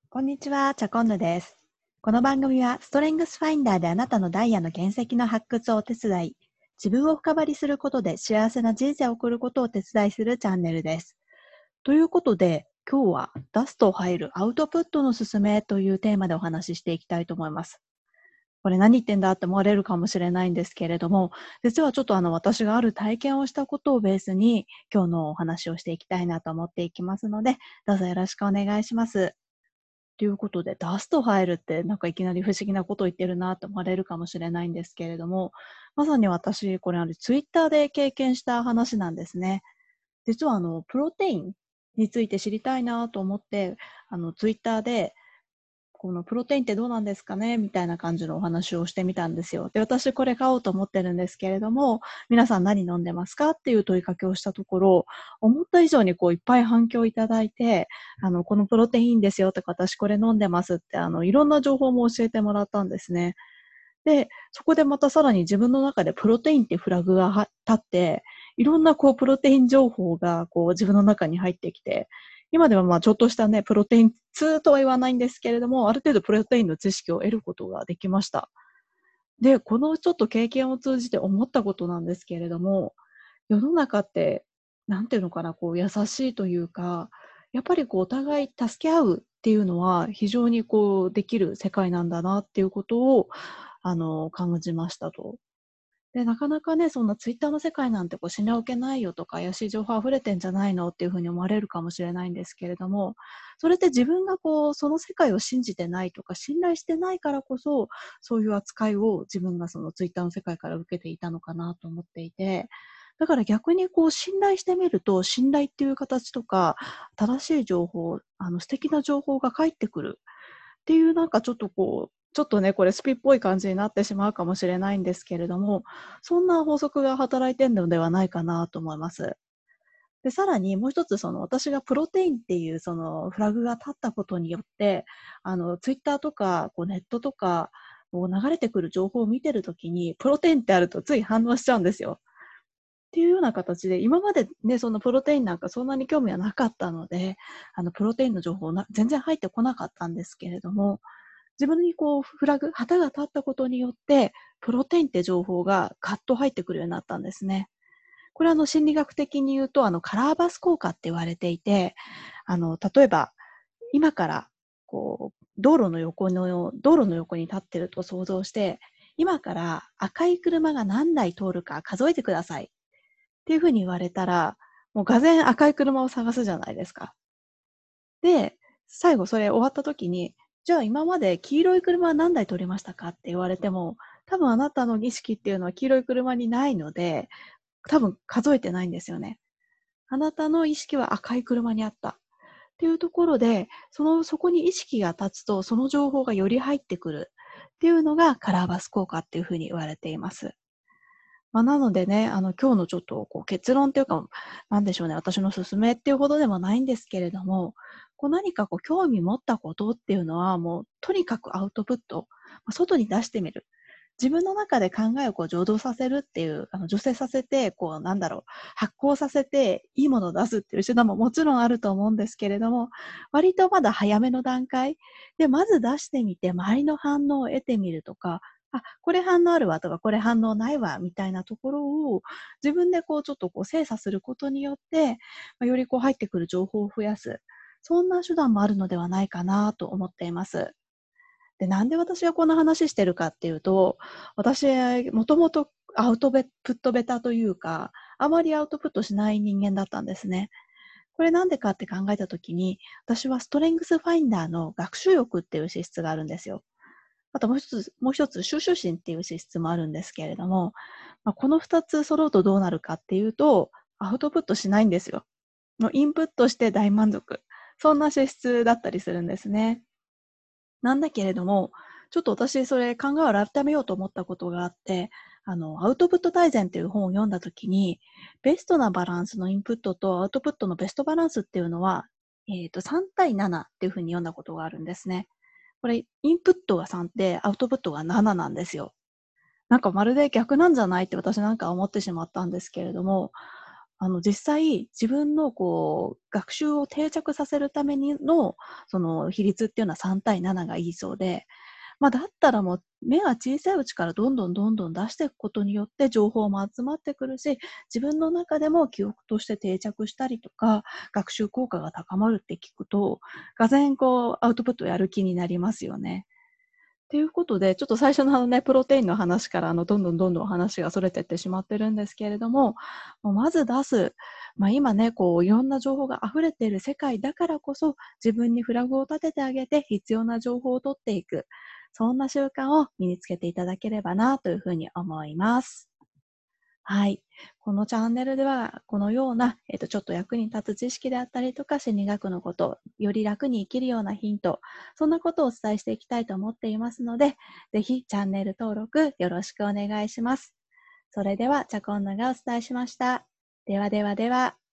こんにちは、チャコンヌです。この番組はストレングスファインダーであなたのダイヤの原石の発掘をお手伝い、自分を深掘りすることで幸せな人生を送ることをお手伝いするチャンネルです。ということで、今日は出すと入るアウトプットのすすめというテーマでお話ししていきたいと思います。これ何言ってんだって思われるかもしれないんですけれども、実はちょっと私がある体験をしたことをベースに今日のお話をしていきたいなと思っていきますので、どうぞよろしくお願いします。ということで、出すと入るってなんかいきなり不思議なことを言ってるなと思われるかもしれないんですけれども、まさに私、これツイッターで経験した話なんですね。実はプロテインについて知りたいなと思って、ツイッターでこのプロテインってどうなんですかねみたいな感じのお話をしてみたんですよ。で、私これ買おうと思ってるんですけれども、皆さん何飲んでますかっていう問いかけをしたところ、思った以上にいっぱい反響いただいて、このプロテインですよとか、私これ飲んでますって、いろんな情報も教えてもらったんですね。で、そこでまたさらに自分の中でプロテインっていうフラグが立って、いろんなプロテイン情報が自分の中に入ってきて、今ではちょっとしたね、プロテイン2とは言わないんですけれども、ある程度プロテインの知識を得ることができました。で、このちょっと経験を通じて思ったことなんですけれども、世の中って、なんていうのかな、優しいというか、やっぱりお互い助け合うっていうのは非常にできる世界なんだなっていうことを、感じましたと。で、なかなかね、そんなツイッターの世界なんて信頼を受けないよとか、怪しい情報溢れてんじゃないのっていうふうに思われるかもしれないんですけれども、それって自分がその世界を信じてないとか、信頼してないからこそ、そういう扱いを自分がそのツイッターの世界から受けていたのかなと思っていて、だから逆に信頼してみると、信頼っていう形とか、正しい情報、素敵な情報が返ってくるっていうなんかちょっとね、これスピっぽい感じになってしまうかもしれないんですけれども、そんな法則が働いてんのではないかなと思います。で、さらにもう一つ私がプロテインっていうそのフラグが立ったことによって、ツイッターとか、ネットとか、流れてくる情報を見てるときに、プロテインってあるとつい反応しちゃうんですよ。っていうような形で、今までね、そのプロテインなんかそんなに興味はなかったので、プロテインの情報全然入ってこなかったんですけれども、自分にフラグ、旗が立ったことによって、プロテインって情報がガッと入ってくるようになったんですね。これは心理学的に言うと、カラーバス効果って言われていて、例えば、今から、道路の横に立ってると想像して、今から赤い車が何台通るか数えてくださいっていうふうに言われたら、もう俄然赤い車を探すじゃないですか。で、最後それ終わった時に、じゃあ今まで黄色い車は何台通りましたかって言われても、多分あなたの意識っていうのは黄色い車にないので、多分数えてないんですよね。あなたの意識は赤い車にあった。っていうところで、そこに意識が立つと、その情報がより入ってくるっていうのがカラーバス効果っていうふうに言われています。なのでね、今日のちょっと結論っていうか、なんでしょうね、私の勧めっていうほどでもないんですけれども、何か興味持ったことっていうのは、もうとにかくアウトプット、外に出してみる。自分の中で考えを浄動させるっていう、助成させて、発酵させて、いいものを出すっていう手段ももちろんあると思うんですけれども、割とまだ早めの段階で、まず出してみて、周りの反応を得てみるとか、あ、これ反応あるわとか、これ反応ないわみたいなところを自分でちょっと精査することによって、より入ってくる情報を増やす。そんな手段もあるのではないかなと思っています。で、なんで私がこんな話してるかっていうと、私、もともとアウトプットベタというか、あまりアウトプットしない人間だったんですね。これなんでかって考えたときに、私はストレングスファインダーの学習欲っていう資質があるんですよ。あともう一つ、収集心っていう資質もあるんですけれども、この二つ揃うとどうなるかっていうと、アウトプットしないんですよ。もうインプットして大満足。そんな資質だったりするんですね。なんだけれども、ちょっと私それ考えを改めようと思ったことがあって、アウトプット大全っていう本を読んだときに、ベストなバランスのインプットとアウトプットのベストバランスっていうのは、3対7っていうふうに読んだことがあるんですね。これ、インプットが3で、アウトプットが7なんですよ。なんかまるで逆なんじゃないって私なんか思ってしまったんですけれども、 実際、自分の学習を定着させるためにの、その比率っていうのは3対7がいいそうで、だったらもう、目が小さいうちからどんどんどんどん出していくことによって情報も集まってくるし、自分の中でも記憶として定着したりとか、学習効果が高まるって聞くと、がぜんアウトプットやる気になりますよね。ということで、ちょっと最初のプロテインの話からどんどんどんどん話が逸れていってしまってるんですけれども、まず出す。今ね、いろんな情報が溢れている世界だからこそ、自分にフラグを立ててあげて必要な情報を取っていく。そんな習慣を身につけていただければなというふうに思います。はい。このチャンネルでは、このような、ちょっと役に立つ知識であったりとか、心理学のこと、より楽に生きるようなヒント、そんなことをお伝えしていきたいと思っていますので、ぜひチャンネル登録よろしくお願いします。それでは、チャコンヌがお伝えしました。ではではでは。